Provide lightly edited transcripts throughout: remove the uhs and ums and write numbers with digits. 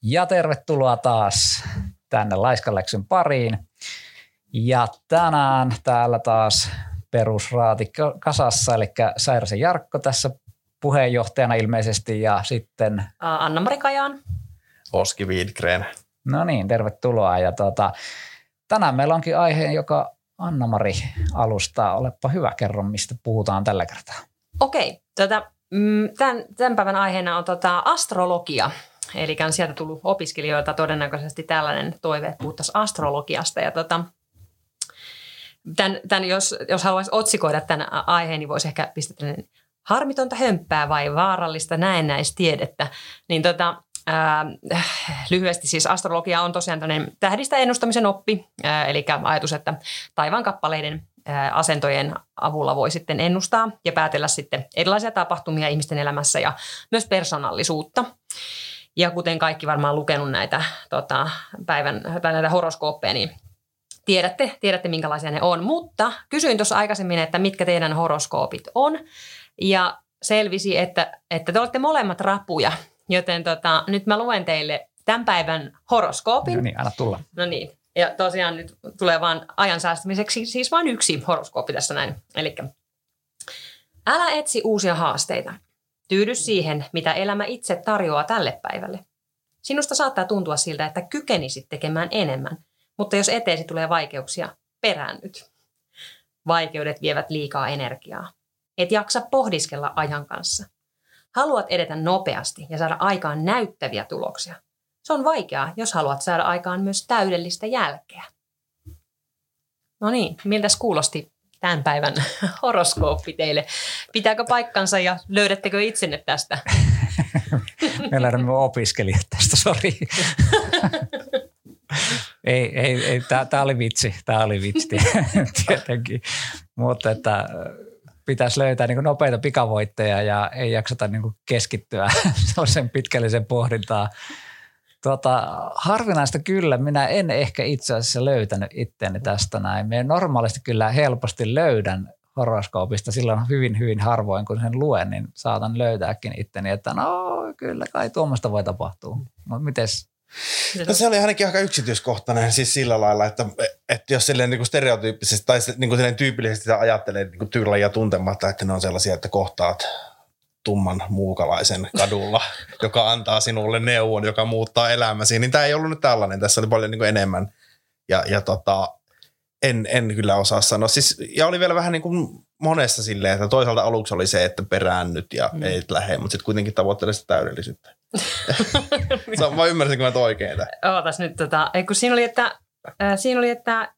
Ja tervetuloa taas tänne Laiskanläksyn pariin. Ja tänään täällä taas perusraati kasassa, eli Sairasen Jarkko tässä puheenjohtajana ilmeisesti ja sitten Anna-Mari Kajaan. Oski Widgren. No niin, tervetuloa. Ja tänään meillä onkin aihe, joka Anna-Mari alustaa. Olepa hyvä, kerro mistä puhutaan tällä kertaa. Okei, tämän päivän aiheena on astrologia. Eli on sieltä tullut opiskelijoilta todennäköisesti tällainen toive, että puhuttaisiin astrologiasta. Ja jos haluaisi otsikoida tämän aiheen, niin voisi ehkä pistää tällainen harmitonta hömppää vai vaarallista näennäistiedettä. Niin lyhyesti siis astrologia on tosiaan tällainen tähdistä ennustamisen oppi, eli ajatus, että taivaankappaleiden asentojen avulla voi sitten ennustaa ja päätellä sitten erilaisia tapahtumia ihmisten elämässä ja myös persoonallisuutta. Ja kuten kaikki varmaan lukenut näitä näitä horoskooppeja, niin tiedätte minkälaisia ne on. Mutta kysyin tuossa aikaisemmin, että mitkä teidän horoskoopit on. Ja selvisi, että te olette molemmat rapuja. Joten nyt mä luen teille tämän päivän horoskoopin. No niin, anna tulla. No niin. Ja tosiaan nyt tulee vaan ajan säästämiseksi siis vain yksi horoskooppi tässä näin. Elikkä älä etsi uusia haasteita. Tyydy siihen, mitä elämä itse tarjoaa tälle päivälle. Sinusta saattaa tuntua siltä, että kykenisit tekemään enemmän, mutta jos eteesi tulee vaikeuksia, peräännyt. Vaikeudet vievät liikaa energiaa. Et jaksa pohdiskella ajan kanssa. Haluat edetä nopeasti ja saada aikaan näyttäviä tuloksia. Se on vaikeaa, jos haluat saada aikaan myös täydellistä jälkeä. No niin, miltäs kuulosti tämän päivän horoskooppi teille? Pitääkö paikkansa ja löydättekö itsenne tästä? Me löydämme opiskelijat tästä, sori. ei, tämä oli vitsi tietenkin, mutta että pitäisi löytää niin kuin nopeita pikavoitteja ja ei jaksata niin kuin keskittyä sellaisen pitkällisen pohdintaan. Harvinaista kyllä, minä en ehkä itse asiassa löytänyt itseäni tästä näin. Minä normaalisti kyllä helposti löydän horoskoopista, silloin hyvin, hyvin harvoin kun sen luen, niin saatan löytääkin itteni, että no kyllä kai tuommoista voi tapahtua. Mutta mites? No se oli ainakin aika yksityiskohtainen siis sillä lailla, että jos silleen niin stereotyyppisesti tai niin silleen tyypillisesti sitä ajattelee niin tyylillä ja tuntematta, että ne on sellaisia, että kohtaat tumman muukalaisen kadulla, joka antaa sinulle neuvon, joka muuttaa elämäsi, niin tämä ei ollut nyt tällainen. Tässä oli paljon niin enemmän ja en kyllä osaa sanoa. Siis, ja oli vielä vähän niin kuin monessa silleen, että toisaalta aluksi oli se, että peräännyt ja ei lähde, mutta sitten kuitenkin tavoittelee sitä täydellisyyttä. Mä ymmärsinkö mä oikein tämän? Ootas nyt, kun siinä oli,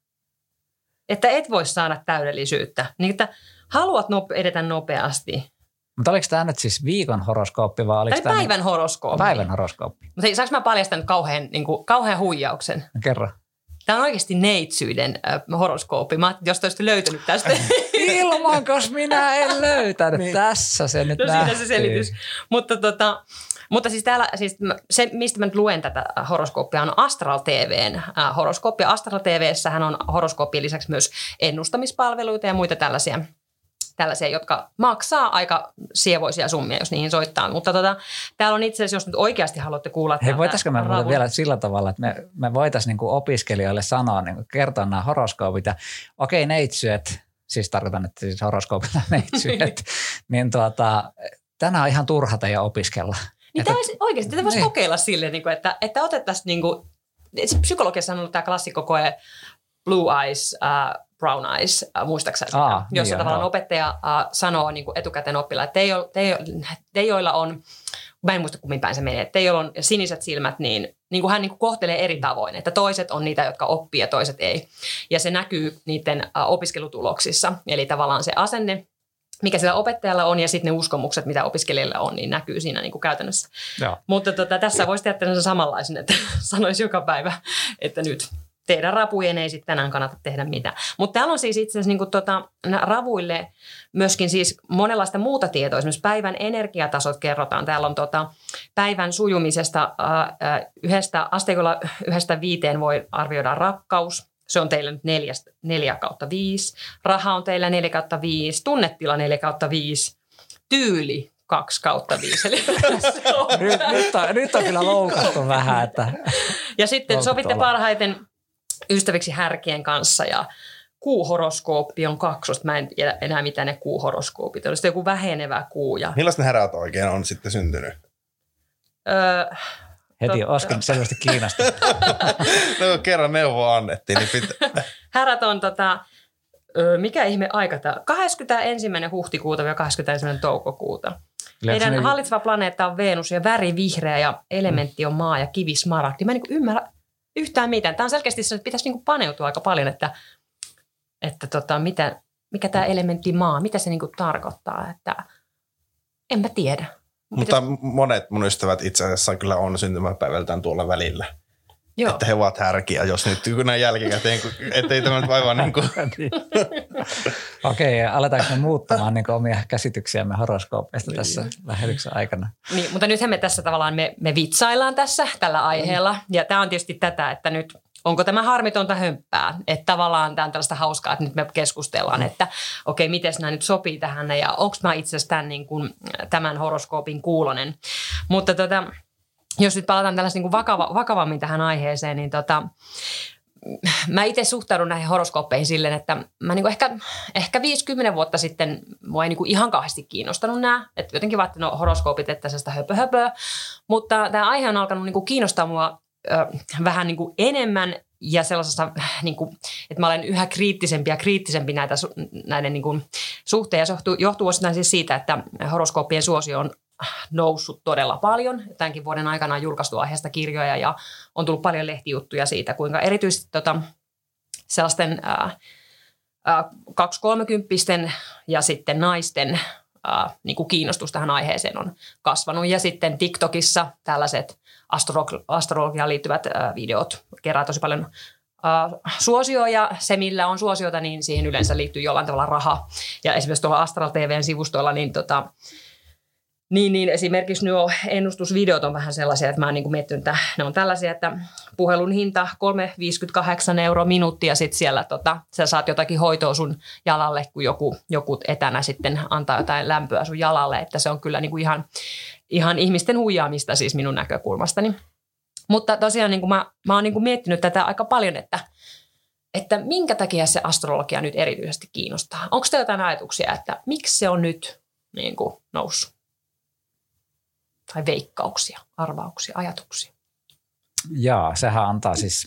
että et voi saada täydellisyyttä. Niin, että haluat edetä nopeasti. Mutta oliko tämä nyt siis viikon horoskooppi vai oliko tämä päivän horoskooppi? Päivän horoskooppi. Mutta hei, saanko mä paljastaa nyt kauhean huijauksen? No, kerro. Tämä on oikeasti neitsyiden horoskooppi. Mä ajattelin, jos te olisitte löytänyt tästä. Ilman, koska minä en löytänyt. Niin. Tässä se nyt nähtiin. Siinä se selitys. Mutta siis täällä, siis se, mistä mä nyt luen tätä horoskooppia, on Astral TV:n horoskooppi. Astral TV:ssähän on horoskooppien lisäksi myös ennustamispalveluita ja muita tällaisia, jotka maksaa aika sievoisia summia, jos niihin soittaa. Mutta täällä on itse asiassa, jos nyt oikeasti haluatte kuulla. Hei, voitaisiko me vielä sillä tavalla, että me voitaisiin niinku opiskelijoille sanoa, niinku kertoa nämä horoskoopit. Ja okei, neitsyet, siis tarkoitan, että siis horoskoopilla neitsyet, niin tänään on ihan turha teidän opiskella. Niin oikeasti, tätä voisi kokeilla silleen, että otettaisiin, psykologiassa on ollut tämä klassikkokoe Blue Eyes, Brown Eyes, muistaakseni sitä, jossa tavallaan opettaja sanoo etukäteen oppilaille, että te, joilla on, mä en muista kummin päin se menee, että te, joilla on siniset silmät, niin kuin hän kohtelee eri tavoin, että toiset on niitä, jotka oppii ja toiset ei. Ja se näkyy niiden opiskelutuloksissa, eli tavallaan se asenne, mikä sillä opettajalla on ja sitten ne uskomukset, mitä opiskelijalla on, niin näkyy siinä käytännössä. Joo. Mutta tässä voisi tehdä sen samanlaisen, että sanoisi joka päivä, että nyt teidän rapujen ei sitten tänään kannata tehdä mitään. Mutta täällä on siis itse asiassa ravuille myöskin siis monenlaista muuta tietoa. Esimerkiksi päivän energiatasot kerrotaan. Täällä on päivän sujumisesta asteikolla 1-5 voi arvioida rakkaus. Se on teillä nyt 4/5. Raha on teillä 4/5. Tunnetila 4/5. Tyyli 2/5. nyt on kyllä loukattu vähän. Että ja sitten sovitte parhaiten ystäviksi härkien kanssa ja kuuhoroskooppi on 2. Mä en tiedä enää mitä ne kuuhoroskoopit on. Sitten joku vähenevä kuu. Ja millaista ne härät oikein on sitten syntynyt? Heti Oskar selvästi kiinnostunut. No kerran neuvoa annettiin, niin pitää. Härät on mikä ihme aikata? 21. huhtikuuta ja 21. toukokuuta. Meidän hallitseva planeetta on Venus ja väri vihreä ja elementti on maa ja kivi smaragdi. Mä en ymmärrä yhtään mitään. Tämä on selkeästi se, että pitäisi paneutua aika paljon, että mikä tämä elementti maa, mitä se tarkoittaa. Että enpä tiedä. Mutta monet mun ystävät itse asiassa kyllä on syntymäpäivältään tuolla välillä. Joo. Että he ovat härkiä, jos nyt näin jälkikäteen, ettei tämä nyt vaivaa niin kuin. Okei, aletaanko me muuttamaan niin omia käsityksiämme horoskoopeista tässä lähetyksen aikana? Niin, mutta nythän me tässä tavallaan me vitsaillaan tässä tällä aiheella. Ja tämä on tietysti tätä, että nyt onko tämä harmitonta hömppää. Että tavallaan tämä on tällaista hauskaa, että nyt me keskustellaan, että okei, miten nämä nyt sopii tähän ja onko mä itse asiassa tämän horoskoopin kuulonen. Mutta jos nyt palataan tällaista niin kuin vakavammin tähän aiheeseen, niin mä itse suhtaudun näihin horoskooppeihin silleen, että mä niin kuin ehkä 5-10 vuotta sitten mua ei niin kuin ihan kauheasti kiinnostanut nämä. Että jotenkin vaan, että horoskoopit, että sellaista höpöhöpöä. Mutta tämä aihe on alkanut niin kuin kiinnostaa mua vähän niin kuin enemmän ja sellaisessa, niin kuin, että mä olen yhä kriittisempi näiden niin kuin suhteen. Ja se johtuu osittain siis siitä, että horoskooppien suosio on noussut todella paljon. Tämänkin vuoden aikana on julkaistu aiheesta kirjoja ja on tullut paljon lehtijuttuja siitä, kuinka erityisesti sellaisten 2-30 ja sitten naisten niin kuin kiinnostus tähän aiheeseen on kasvanut. Ja sitten TikTokissa tällaiset astrologiaan liittyvät videot kerää tosi paljon suosioa ja se, millä on suosiota, niin siihen yleensä liittyy jollain tavalla raha. Ja esimerkiksi tuolla Astral TVn sivustoilla, niin esimerkiksi nuo ennustusvideot on vähän sellaisia, että mä oon niin kuin miettinyt, että ne on tällaisia, että puhelun hinta 3,58 € minuutti ja sitten siellä sä saat jotakin hoitoa sun jalalle, kun joku etänä sitten antaa jotain lämpöä sun jalalle, että se on kyllä niin kuin ihan ihmisten huijaamista siis minun näkökulmastani. Mutta tosiaan niin kuin mä oon niin kuin miettinyt tätä aika paljon, että minkä takia se astrologia nyt erityisesti kiinnostaa. Onko teillä jotain ajatuksia, että miksi se on nyt niin kuin noussut? Tai veikkauksia, arvauksia, ajatuksia? Jaa, sehän antaa siis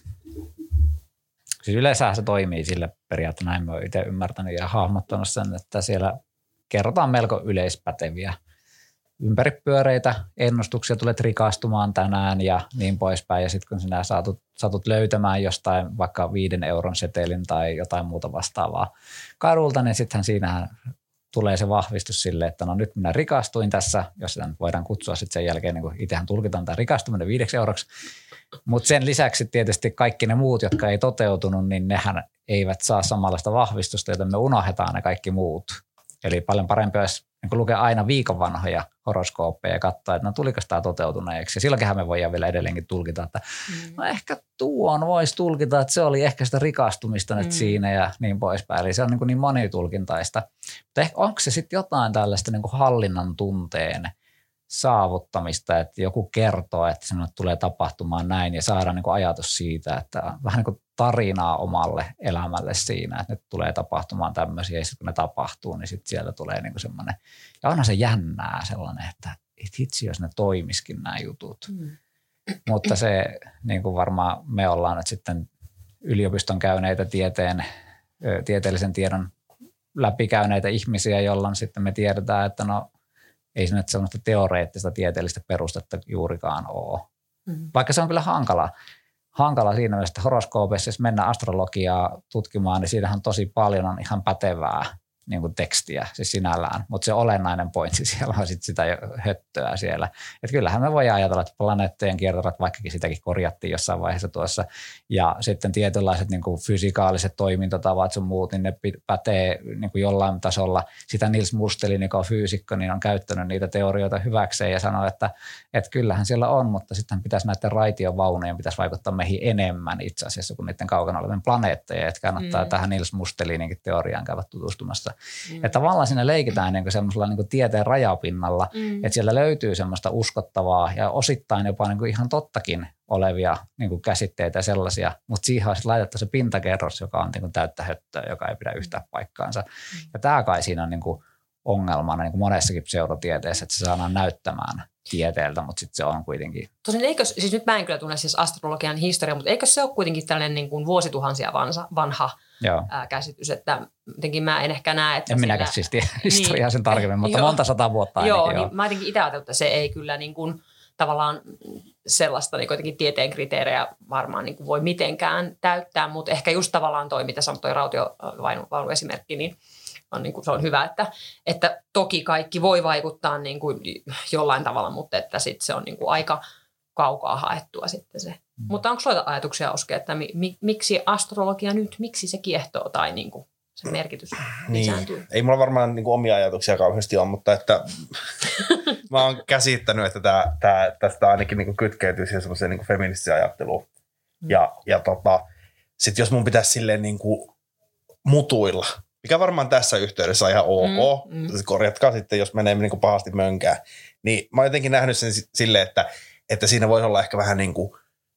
yleensä se toimii sillä periaatteessa, näin mä oon itse ymmärtänyt ja hahmottanut sen, että siellä kerrotaan melko yleispäteviä ympäripyöreitä ennustuksia, tulet rikastumaan tänään ja niin poispäin. Ja sitten kun sinä saatut löytämään jostain vaikka 5 € setelin tai jotain muuta vastaavaa kadulta, niin sittenhän siinähän tulee se vahvistus sille, että no nyt minä rikastuin tässä, jos sitä nyt voidaan kutsua sitten sen jälkeen, niin kuin itsehän tulkitaan tämä rikastuminen 5 €. Mutta sen lisäksi tietysti kaikki ne muut, jotka ei toteutunut, niin nehän eivät saa samanlaista vahvistusta, joten me unohdetaan ne kaikki muut. Eli paljon parempi olisi niin lukea aina viikon vanhoja horoskooppeja ja katsoa, että no tuliko tämä toteutuneeksi. Ja silloinkin me voidaan vielä edelleenkin tulkita, että no ehkä tuon voisi tulkita, että se oli ehkä sitä rikastumista nyt siinä ja niin poispäin. Eli se on niin monitulkintaista. Mutta ehkä onko se sitten jotain tällaista niin hallinnan tunteen saavuttamista, että joku kertoo, että sinulle tulee tapahtumaan näin ja saadaan niin ajatus siitä, että vähän niin kuin tarinaa omalle elämälle siinä, että nyt tulee tapahtumaan tämmöisiä ja sitten kun ne tapahtuu, niin sitten sieltä tulee niin kuin semmoinen, ja onhan se jännää sellainen, että hitsi, jos ne toimiskin nämä jutut. Mutta se niin kuin varmaan me ollaan nyt sitten yliopiston käyneitä tieteellisen tiedon läpikäyneitä ihmisiä, jolloin sitten me tiedetään, että no ei se nyt sellaista teoreettista tieteellistä perustetta juurikaan ole. Vaikka se on kyllä hankala siinä mielessä, että horoskoopeissa, jos mennään astrologiaa tutkimaan, niin siinähän tosi paljon on ihan pätevää niin kuin tekstiä siis sinällään, mutta se olennainen pointsi siellä on sitten sitä höttöä siellä. Että kyllähän me voidaan ajatella, että planeettojen kiertorat, vaikkakin sitäkin korjattiin jossain vaiheessa tuossa, ja sitten tietynlaiset niin kuin fysikaaliset toimintatavat sun muut, niin ne pätee niin kuin jollain tasolla. Sitä Niels Mustelin, joka on fyysikko, niin on käyttänyt niitä teorioita hyväkseen ja sanoo, että kyllähän siellä on, mutta sitten pitäisi näiden raitiovaunujen pitäisi vaikuttaa meihin enemmän itse asiassa kuin niiden kaukana olevien planeettojen, että kannattaa tähän Niels Mustelininkin teoriaan käydä tutustumassa. Että tavallaan siinä leikitään niin semmoisella niin tieteen rajapinnalla, että siellä löytyy semmoista uskottavaa ja osittain jopa niin ihan tottakin olevia niin käsitteitä ja sellaisia, mutta siihen on laitettu se pintakerros, joka on niin täyttä höttöä, joka ei pidä yhtään paikkaansa. Ja tämä kai siinä on niin ongelmana niin monessakin pseudotieteessä, että se saadaan näyttämään tieteeltä, mutta sitten se on kuitenkin. Tosin siis nyt mä en kyllä tunne siis astrologian historiaa, mutta eikö se ole kuitenkin tällainen niin kuin vuosituhansia vanha käsitys, että jotenkin mä en ehkä näe, että en minäkään siis tiedä historiaa sen tarkemmin, mutta monta 100 vuotta ainakin. Joo, niin mä jotenkin itse ajatellut, että se ei kyllä niin kuin tavallaan sellaista niin kuitenkin tieteen kriteerejä varmaan niin kuin voi mitenkään täyttää, mutta ehkä just tavallaan toi, mitä sanoi toi rautiovaunu esimerkki, niin on niin kuin, se on hyvä, että toki kaikki voi vaikuttaa niin kuin jollain tavalla, mutta että sitten se on niin kuin aika kaukaa haettua sitten se. Mutta onko sulla ajatuksia, Oske, että miksi astrologia nyt, miksi se kiehtoo tai niin kuin sen merkitys lisääntyy? Niin. Ei mulla varmaan niin kuin omia ajatuksia kauheasti ole, mutta että mä oon käsittänyt, että tästä ainakin niin kuin kytkeytyy siihen semmoiseen niin kuin feministiseen ajatteluun. Ja sitten jos mun pitäisi silleen niin kuin mutuilla, mikä varmaan tässä yhteydessä on ihan ok, korjatkaa sitten, jos menee niin kuin pahasti mönkään, niin mä oon jotenkin nähnyt sen silleen, että siinä voisi olla ehkä vähän niin kuin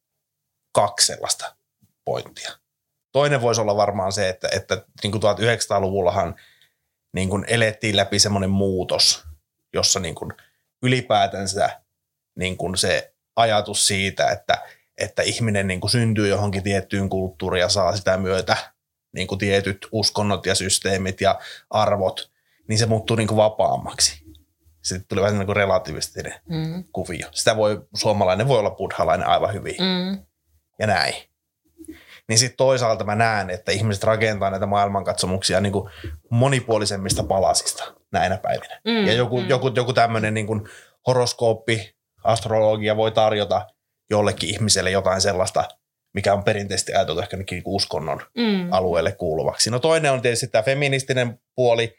2 sellaista pointtia. Toinen voisi olla varmaan se, että niin kuin 1900-luvullahan niin kuin elettiin läpi semmoinen muutos, jossa niin kuin ylipäätänsä niin kuin se ajatus siitä, että ihminen niin kuin syntyy johonkin tiettyyn kulttuuriin ja saa sitä myötä niin kuin tietyt uskonnot ja systeemit ja arvot, niin se muuttuu niin kuin vapaammaksi. Sitten tuli vähän niin kuin relativistinen kuvio. Suomalainen voi olla buddhalainen aivan hyvin. Ja näin. Niin sitten toisaalta mä näen, että ihmiset rakentaa näitä maailmankatsomuksia niin kuin monipuolisemmista palasista näinä päivinä. Ja joku tämmöinen niin kuin horoskooppi, astrologia voi tarjota jollekin ihmiselle jotain sellaista, mikä on perinteisesti ajateltu ehkä niin uskonnon alueelle kuuluvaksi. No toinen on tietysti tämä feministinen puoli.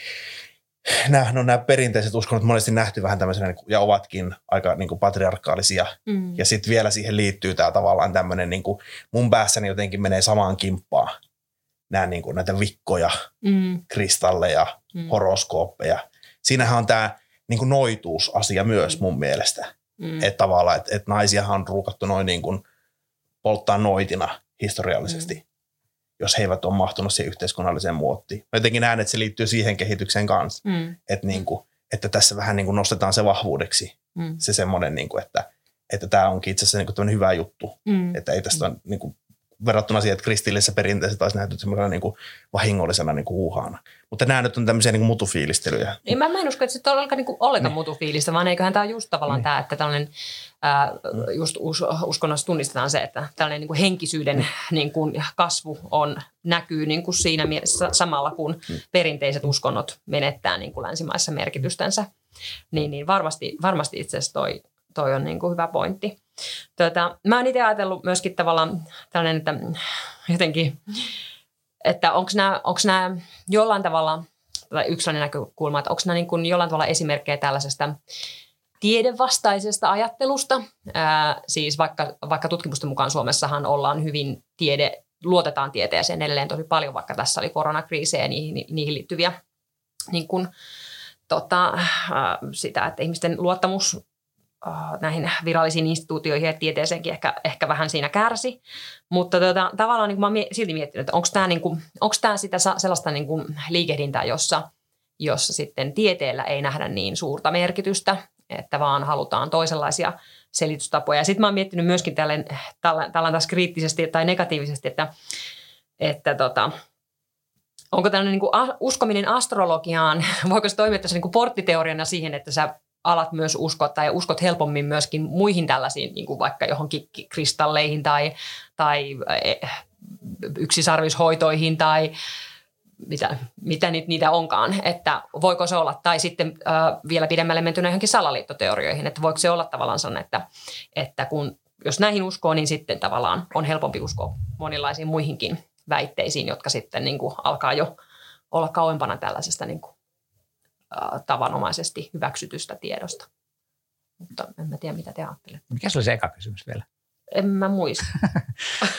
Nämä perinteiset uskonnot monesti nähty vähän tämmöisenä, ja ovatkin aika niin kuin patriarkaalisia. Ja sitten vielä siihen liittyy tämä tavallaan tämmöinen, niin kuin mun päässäni jotenkin menee samaan kimppaan. Niin kuin näitä vikkoja, kristalleja, horoskooppeja. Siinähän on tämä niin kuin noituusasia myös mun mielestä. Että tavallaan, että naisiahan on ruukattu noin niin kuin polttaa noitina historiallisesti, jos he eivät ole mahtunut siihen yhteiskunnalliseen muottiin. Mä jotenkin näen, että se liittyy siihen kehitykseen kanssa, että tässä vähän niin kuin nostetaan se vahvuudeksi, se semmoinen, niin kuin, että tämä onkin itse asiassa niin kuin tämmöinen hyvä juttu, että ei tästä ole niin kuin, verrattuna siihen, että kristillisessä perinteessä taisi nähty semmoisena niin kuin vahingollisena niin kuin huuhaana. Mutta nämä nyt on tämmöisiä niin kuin mutufiilistelyjä. Niin mä en usko, että se on niin ollenkaan mutufiilistä, vaan eiköhän tämä just tavallaan tämä, että tällainen just uskonnossa tunnistetaan se, että tällainen niin kuin henkisyyden niin kuin kasvu näkyy niin kuin siinä mielessä samalla, kun perinteiset uskonnot menettää niin kuin länsimaissa merkitystänsä. Niin varmasti itse asiassa toi on niin kuin hyvä pointti. Mä oon itse ajatellut myöskin tavallaan tällainen, että jotenkin, että onko nämä jollain tavalla, tai yksi sellainen näkökulma, että onko nämä niin kuin jollain tavalla esimerkkejä tällaisesta tiedevastaisesta ajattelusta. Siis vaikka tutkimusten mukaan Suomessahan ollaan hyvin luotetaan tieteeseen edelleen tosi paljon, vaikka tässä oli koronakriisejä ja niihin liittyviä niin kuin, sitä, että ihmisten luottamus näihin virallisiin instituutioihin ja tieteeseenkin ehkä vähän siinä kärsi. Mutta tavallaan niin mä oon silti miettinyt, että onko tämä sitä sellaista niin kuin liikehdintää, jossa sitten tieteellä ei nähdä niin suurta merkitystä, että vaan halutaan toisenlaisia selitystapoja. Ja sitten mä oon miettinyt myöskin tällainen taas kriittisesti tai negatiivisesti, että onko tällainen niin kuin uskominen astrologiaan, voiko se toimia tässä niin kuin porttiteoriana siihen, että sä alat myös uskoa tai uskot helpommin myöskin muihin tällaisiin, niin kuin vaikka johonkin kristalleihin tai yksisarvishoitoihin tai mitä nyt niitä onkaan, että voiko se olla, tai sitten vielä pidemmälle mentynä johonkin salaliittoteorioihin, että voiko se olla tavallaan sellainen, että jos näihin uskoo, niin sitten tavallaan on helpompi uskoa monilaisiin muihinkin väitteisiin, jotka sitten niin kuin alkaa jo olla kauempana tällaisesta niin kuin tavanomaisesti hyväksytystä tiedosta. Mutta en mä tiedä, mitä te ajattelette. Mikä se oli se eka kysymys vielä? En mä muista.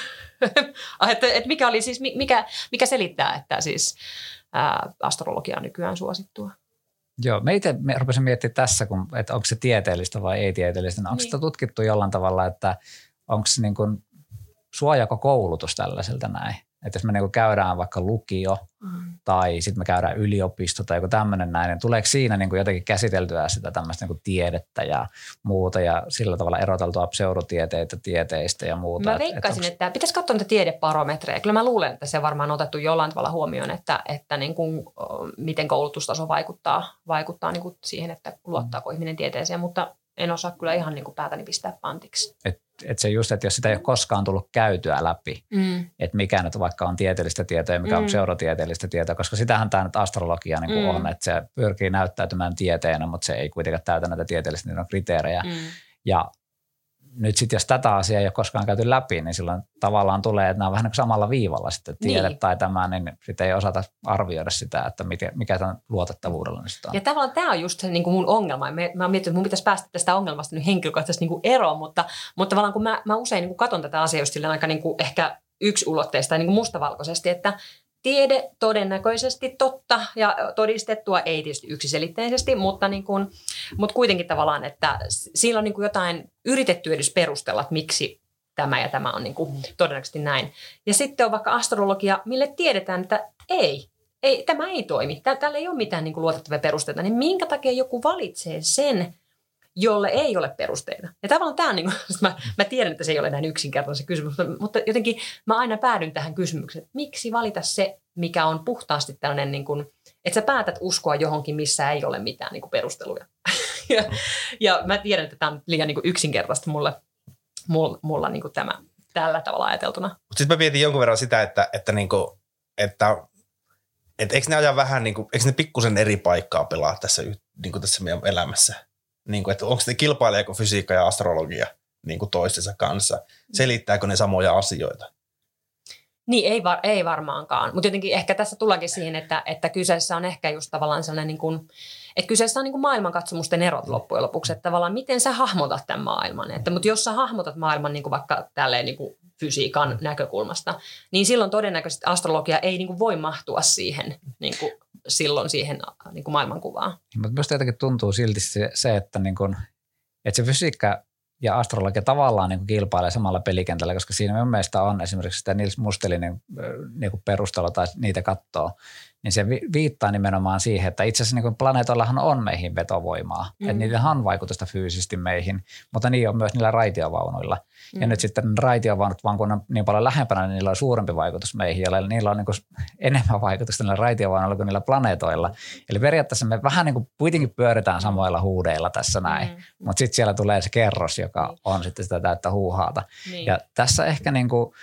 että mikä oli siis, mikä selittää, että siis astrologia on nykyään suosittua? Joo, me rupesin miettimään tässä, että onko se tieteellistä vai ei tieteellistä. Onko sitä tutkittu jollain tavalla, että onko se niin kuin suojaako koulutus tällaiselta näin? Että jos me niin kuin käydään vaikka lukio tai sitten me käydään yliopisto tai joku tämmöinen näin, niin tuleeko siinä niin kuin jotenkin käsiteltyä sitä tämmöistä niin kuin tiedettä ja muuta ja sillä tavalla eroteltua pseudotieteitä tieteistä ja muuta? Mä veikkaisin, että pitäisi katsoa niitä tiedebarometreja. Kyllä mä luulen, että se varmaan on otettu jollain tavalla huomioon, että niin kuin, miten koulutustaso vaikuttaa niin kuin siihen, että luottaako ihminen tieteeseen, mutta en osaa kyllä ihan niin kuin päätäni pistää pantiksi. Että se just, että jos sitä ei ole koskaan tullut käytyä läpi, että mikä nyt vaikka on tieteellistä tietoa ja mikä on pseudotieteellistä tietoa, koska sitähän tämä nyt astrologia niin kuin on, että se pyrkii näyttäytymään tieteenä, mutta se ei kuitenkaan täytä näitä tieteellistä kriteerejä. Ja nyt sitten jos tätä asiaa ei ole koskaan käyty läpi, niin silloin tavallaan tulee, että nämä on vähän niin samalla viivalla sitten tiede tai tämä, niin sitten ei osata arvioida sitä, että mikä tämän luotettavuudella nyt on. Ja tavallaan tämä on just se niin kuin mun ongelma. Mä oon miettinyt, että mun pitäisi päästä tästä ongelmasta nyt henkilökohtaisesti niin kuin eroon, mutta tavallaan kun mä usein niin kuin katson tätä asiaa just aika niin kuin ehkä yksulotteista ja niin kuin mustavalkoisesti, että tiede todennäköisesti totta ja todistettua, ei tietysti yksiselitteisesti, mutta kuitenkin tavallaan, että siinä on niin kuin jotain yritetty edes perustella, että miksi tämä ja tämä on niin kuin todennäköisesti näin. Ja sitten on vaikka astrologia, mille tiedetään, että tämä ei toimi. Tällä ei ole mitään niin kuin luotettavia perusteita. Niin minkä takia joku valitsee sen, jolle ei ole perusteita? Ja tavallaan tämä on niin kuin, mä tiedän, että se ei ole näin yksinkertainen se kysymys, mutta jotenkin mä aina päädyn tähän kysymykseen, että miksi valita se, mikä on puhtaasti tällainen, niin kuin, että sä päätät uskoa johonkin, missä ei ole mitään niin kuin perusteluja. ja mä tiedän, että tämä on liian niin kuin yksinkertaista mulla niin kuin tämä tällä tavalla ajateltuna. Mutta sitten mä mietin jonkun verran sitä, että eikö ne aja vähän, niin kuin, eikö ne pikkusen eri paikkaa pelaa tässä meidän elämässä? Niin kuin, että onko ne kilpaileeko fysiikka ja astrologia niin kuin toistensa kanssa? Selittääkö ne samoja asioita? Niin, ei varmaankaan. Mutta jotenkin ehkä tässä tullaankin siihen, että kyseessä on ehkä just tavallaan sellainen, niin kuin, että kyseessä on niin kuin maailmankatsomusten erot loppujen lopuksi. Että tavallaan miten sä hahmotat tämän maailman. Mutta jos sä hahmotat maailman niin kuin vaikka tälleen niin kuin fysiikan näkökulmasta, niin silloin todennäköisesti astrologia ei niin kuin voi mahtua siihen niin kuin silloin siihen niin kuin maailmankuvaan. Mutta minusta jotenkin tuntuu silti se että, niin kuin, että se fysiikka ja astrologia tavallaan niin kuin kilpailee samalla pelikentällä, koska siinä mun mielestä on esimerkiksi sitä Nils Mustelinin niin kuin perustelu tai niitä katsoo, niin se viittaa nimenomaan siihen, että itse asiassa niin planeetoillahan on meihin vetovoimaa. Että niillä on vaikutusta fyysisesti meihin, mutta niin on myös niillä raitiovaunuilla. Ja nyt sitten raitiovaunut, vaan kun on niin paljon lähempänä, niin niillä on suurempi vaikutus meihin, ja niillä on niin kuin enemmän vaikutusta niillä raitiovaunuilla kuin niillä planeetoilla. Eli periaatteessa me vähän niin kuin kuitenkin pyöritään samoilla huudeilla tässä näin, mutta sitten siellä tulee se kerros, joka on sitten sitä täyttä huuhaata. Ja tässä ehkä niin kuin,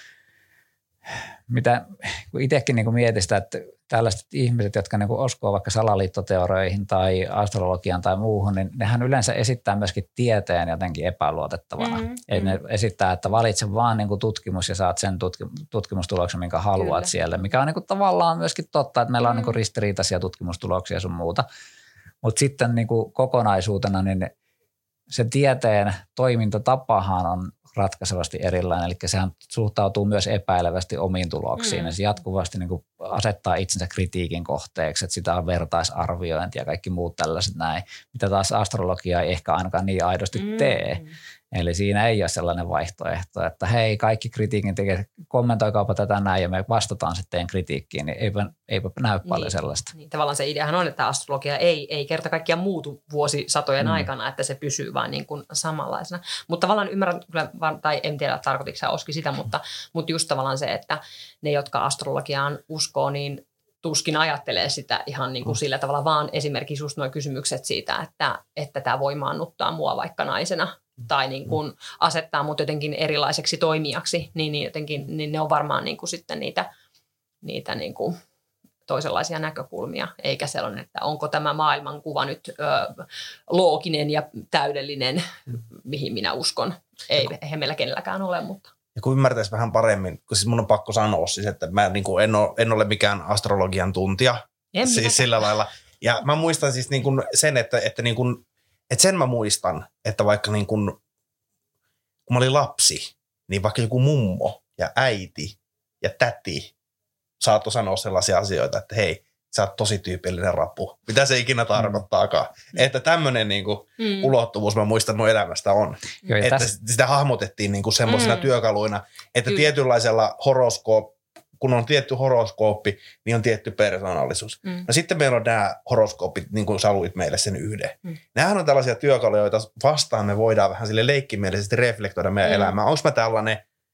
mitä kun itsekin niin kuin mietin sitä, että tällaiset ihmiset, jotka niin kuin uskoo vaikka salaliittoteorioihin tai astrologiaan tai muuhun, niin nehän yleensä esittää myöskin tieteen jotenkin epäluotettavana. Eli ne esittää, että valitse vaan niin kuin tutkimus ja saat sen tutkimustuloksen, minkä haluat siellä, mikä on niin kuin tavallaan myöskin totta, että meillä on niin kuin ristiriitaisia tutkimustuloksia ja sun muuta. Mutta sitten niin kuin kokonaisuutena niin se tieteen toimintatapahan on ratkaisevasti erilainen, eli sehän suhtautuu myös epäilevästi omiin tuloksiin ja se jatkuvasti niin kuin asettaa itsensä kritiikin kohteeksi, että sitä on vertaisarviointi ja kaikki muut tällaiset näin, mitä taas astrologia ei ehkä ainakaan niin aidosti tee. Eli siinä ei ole sellainen vaihtoehto, että hei, kaikki kritiikin tekee, kommentoikaapa tätä näin ja me vastataan sitten teidän kritiikkiin, niin eipä näy paljon sellaista. Niin, tavallaan se ideahan on, että astrologia ei kerta kaikkiaan muutu vuosisatojen aikana, että se pysyy vain niin kuin samanlaisena. Mutta tavallaan ymmärrän, tai en tiedä tarkoitiko sä Oski sitä, mutta just tavallaan se, että ne, jotka astrologiaan uskoo, niin tuskin ajattelee sitä ihan niin kuin sillä tavalla, vaan esimerkiksi just nuo kysymykset siitä, että tämä voi maannuttaa mua vaikka naisena tai niin kuin asettaa mut jotenkin erilaiseksi toimijaksi, niin jotenkin niin ne on varmaan niin kuin sitten niitä niin kuin toisenlaisia näkökulmia, eikä sellainen, että onko tämä maailmankuva nyt looginen ja täydellinen, mihin minä uskon. Eihän meillä kenelläkään ole, mutta... Ja kun ymmärtäisi vähän paremmin, kun siis mun on pakko sanoa siis, että mä niin kuin en ole mikään astrologian tuntija, siis sillä lailla. Ja mä muistan siis niin kuin sen, että sen mä muistan, että vaikka niin kuin, kun mä olin lapsi, niin vaikka joku mummo ja äiti ja täti saattoi sanoa sellaisia asioita, että hei, sä oot tosi tyypillinen rapu. Mitä se ikinä tarkoittaakaan. Että tämmöinen niinku ulottuvuus mä muistan mun elämästä on. Joo, että sitä hahmotettiin niinku semmoisena työkaluina, että tietynlaisella kun on tietty horoskooppi, niin on tietty persoonallisuus. No sitten meillä on nämä horoskoopit, niin kuin sä luit meille sen yhden. Nämähän on tällaisia työkaluja, joita vastaan me voidaan vähän sille leikkimielisesti reflektoida meidän elämää. Onko mä tällainen,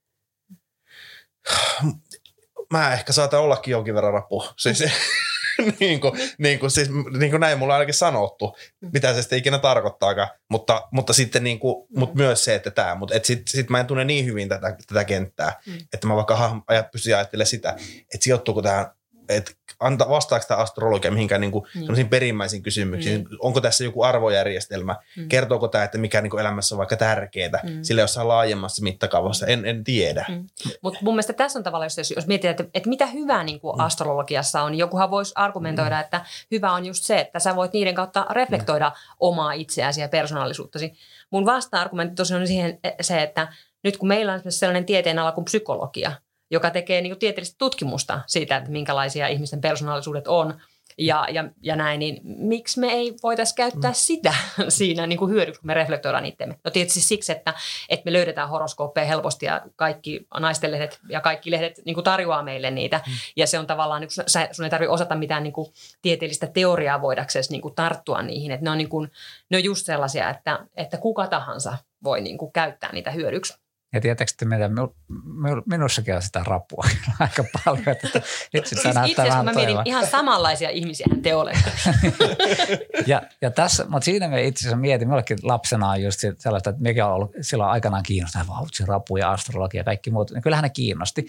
mä ehkä saatan ollakin jonkin verran rapu. Siis, niin kuin näin mulla on ainakin sanottu, mitä se sitten ikinä tarkoittaakaan, mutta sitten mut myös se, että mutta sit mä en tunne niin hyvin tätä kenttää, että mä vaikka pystyn ajattelemaan sitä, että sijoittuuko tähän, että vastaako tämä astrologia mihinkään sellaisiin perimmäisiin kysymyksiin, onko tässä joku arvojärjestelmä, kertooko tämä, että mikä elämässä on vaikka tärkeää, sillä jossain laajemmassa mittakaavassa, en tiedä. Mutta mun mielestä tässä on tavallaan, jos mietitään, että mitä hyvää astrologiassa on, jokuhan voisi argumentoida, että hyvä on just se, että sä voit niiden kautta reflektoida omaa itseäsi ja persoonallisuuttasi. Mun vasta-argumentti tosiaan on siihen se, että nyt kun meillä on sellainen tieteenala kuin psykologia, joka tekee tieteellistä tutkimusta siitä, että minkälaisia ihmisten persoonallisuudet on ja näin, niin miksi me ei voitaisiin käyttää sitä siinä hyödyksi, kun me reflektoidaan itseämme. No tietysti siksi, että me löydetään horoskooppeja helposti ja kaikki naistenlehdet ja kaikki lehdet tarjoaa meille niitä. Ja se on tavallaan, sun ei tarvitse osata mitään tieteellistä teoriaa voidaksesi tarttua niihin. Että ne on just sellaisia, että kuka tahansa voi käyttää niitä hyödyksi. Ja tiedättekö, mitä minussakin on sitä rapua aika paljon. Että itse asiassa mä mietin ihan samanlaisia ihmisiä te olette. ja tässä, mutta siinä me itse asiassa mietin, minullekin lapsena on just sellaista, että mikä on ollut silloin aikanaan kiinnostunut, vautsi, rapu ja astrologia ja kaikki muut. Niin kyllähän ne kiinnosti.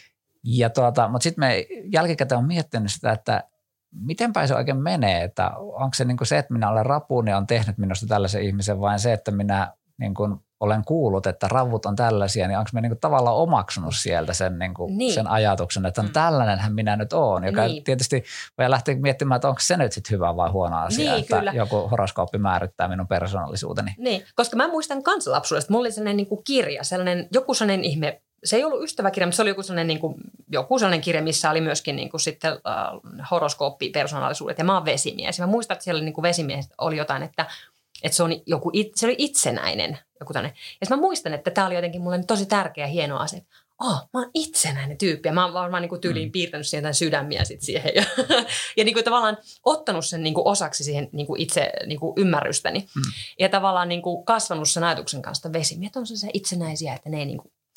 Ja mutta sitten me jälkikäteen on miettinyt sitä, että miten päin se oikein menee, että onko se se, että minä olen rapu, niin on tehnyt minusta tällaisen ihmisen, vai se, että minä olen kuullut, että ravut on tällaisia, niin onko me tavallaan omaksunut sieltä sen, sen ajatuksen, että tällainenhän minä nyt oon, joka tietysti voi lähteä miettimään, että onko se nyt sitten hyvä vai huono asia, että kyllä. Joku horoskooppi määrittää minun persoonallisuuteni. Niin, koska mä muistan kansalapsuudesta, mulla oli sellainen kirja, joku sellainen ihme, se ei ollut ystäväkirja, mutta se oli joku sellainen kirja, missä oli myöskin sitten horoskooppipersoonallisuudet, ja mä oon vesimies. Ja mä muistan, että siellä vesimiehet oli jotain, että se oli itsenäinen joku tämmöinen. Ja mä muistan, että tämä oli jotenkin mulle tosi tärkeä ja hieno asia. Mä oon itsenäinen tyyppi ja mä oon varmaan tyyliin piirtänyt siihen jotain sydämiä sit siihen. Ja tavallaan ottanut sen osaksi siihen itse ymmärrystäni. Ja tavallaan kasvanut sen ajatuksen kanssa, että vesimiehet on se itsenäisiä, että ne ei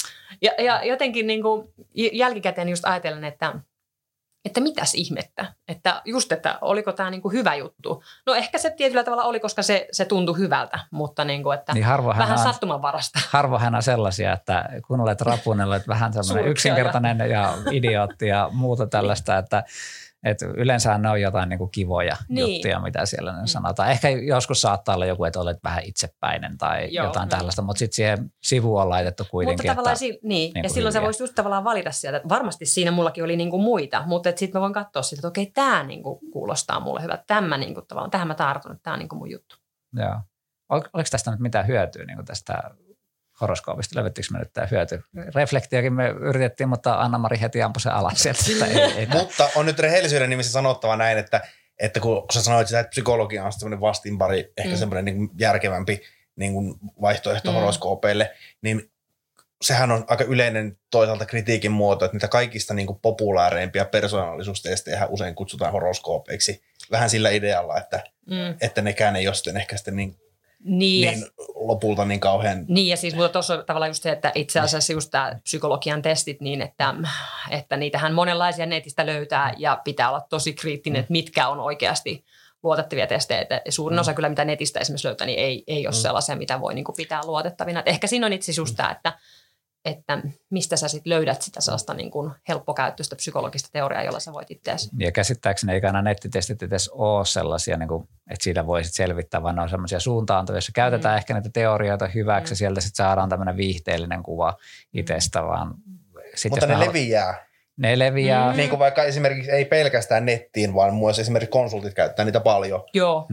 Ja jotenkin jälkikäteen just ajatellen, että mitäs ihmettä, että oliko tämä hyvä juttu. No ehkä se tietyllä tavalla oli, koska se tuntui hyvältä, mutta että niin vähän sattumanvarasta. Harvoin on sellaisia, että kun olet rapunen, olet vähän sellainen yksinkertainen ja idiootti ja muuta tällaista, että yleensä ne on jotain kivoja juttuja, mitä siellä sanotaan. Ehkä joskus saattaa olla joku, että olet vähän itsepäinen tai jotain tällaista, mutta sitten siihen sivuun on laitettu kuitenkin. Mutta tavallaan ja silloin sä voisit just tavallaan valita sieltä. Varmasti siinä mullakin oli muita, mutta sitten mä voin katsoa sitä, että okei, tämä kuulostaa mulle hyvältä. Tähän mä tartun, että tämä on mun juttu. Joo. Oliko tästä nyt mitään hyötyä tästä horoskoopista? Löydettiinkö me nyt tämä hyöty? Reflektiakin me yritettiin, mutta Anna-Mari heti ampui sen alas sieltä. Mutta on nyt rehellisyyden nimissä sanottava näin, että kun sä sanoit, että psykologia on semmoinen vastinpari, ehkä semmoinen järkevämpi vaihtoehto horoskoopeille, niin sehän on aika yleinen toisaalta kritiikin muoto, että niitä kaikista populaareimpia persoonallisuustestejä usein kutsutaan horoskoopeiksi. Vähän sillä idealla, että nekään ei ole sitten ehkä sitten niin lopulta niin kauhean. Niin ja siis mutta tuossa on tavallaan just se, että itse asiassa just tämä psykologian testit niin, että niitähän monenlaisia netistä löytää ja pitää olla tosi kriittinen, että mitkä on oikeasti luotettavia testejä. Suurin osa kyllä, mitä netistä esimerkiksi löytää, niin ei ole sellaisia, mitä voi pitää luotettavina. Et ehkä siinä on itse just tämä, että mistä sä sitten löydät sitä sellaista helppokäyttöistä psykologista teoriaa, jolla sä voit itseäsi. Ja käsittääkseni eikä aina nettitestit edes ole sellaisia, että siitä voisit selvittää, vaan ne on sellaisia suuntaantavia, joissa käytetään ehkä näitä teorioita hyväksi ja sieltä sitten saadaan tämmöinen viihteellinen kuva itsestä. Mutta ne leviää. Ne leviää. Niin kuin vaikka esimerkiksi ei pelkästään nettiin, vaan myös esimerkiksi konsultit käyttää niitä paljon. Joo.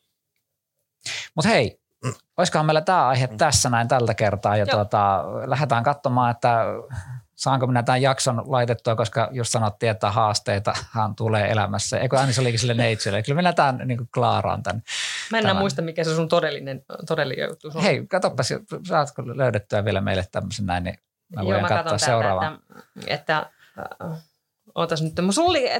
Mutta hei. Olisikohan meillä tämä aihe tässä näin tältä kertaa ja lähdetään katsomaan, että saanko minä tämän jakson laitettua, koska just sanottiin, että haasteitahan tulee elämässä. Eikö Anni, se olikin sille neitselle. Kyllä minä tämän niin kuin klaaraan tämän. Mä en enää muista, mikä se sun todellinen juttu on. Hei, katsopas, saatko löydettyä vielä meille tämmöisen näin, niin mä voin katsoa seuraavaan. Ootas nyt. Mulla oli,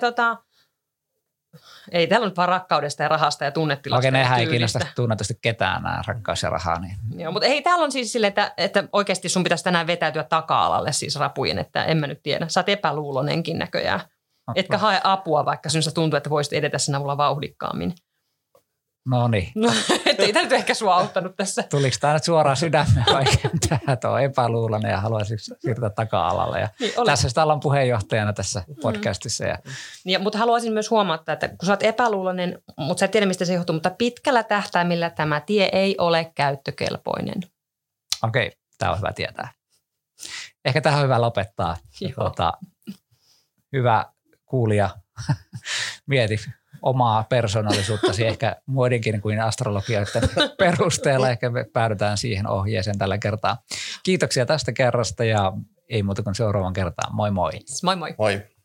ei täällä on nyt vaan rakkaudesta ja rahasta ja tunnetilasta. Okei, nehän ei kiinnosta tunnetusti ketään nämä rakkaus ja rahaa. Niin. Joo, mutta ei, täällä on siis silleen, että oikeasti sun pitäisi tänään vetäytyä taka-alalle siis rapujen, että en mä nyt tiedä. Sä oot epäluulonenkin näköjään. Etkä hae apua, vaikka sinusta tuntuu, että voisit edetä sen avulla vauhdikkaammin. No niin. No, ei tämä nyt ehkä sua auttanut tässä. Tuliko tämä nyt suoraan sydämeen vaikka tähän, että on epäluuloinen ja haluaisi siirtyä taka-alalle. Ja niin, tässä sitä ollaan puheenjohtajana tässä podcastissa. Mutta haluaisin myös huomauttaa, että kun sä oot epäluuloinen, mutta sä et tiedä mistä se johtuu, mutta pitkällä tähtäimellä tämä tie ei ole käyttökelpoinen. Okei, tämä on hyvä tietää. Ehkä tähän on hyvä lopettaa. Hyvä kuulija, mieti omaa persoonallisuuttasi ehkä muidenkin kuin astrologioiden perusteella. Ehkä me päädytään siihen ohjeeseen tällä kertaa. Kiitoksia tästä kerrasta ja ei muuta kuin seuraavan kertaan. Moi moi. Moi moi. Moi.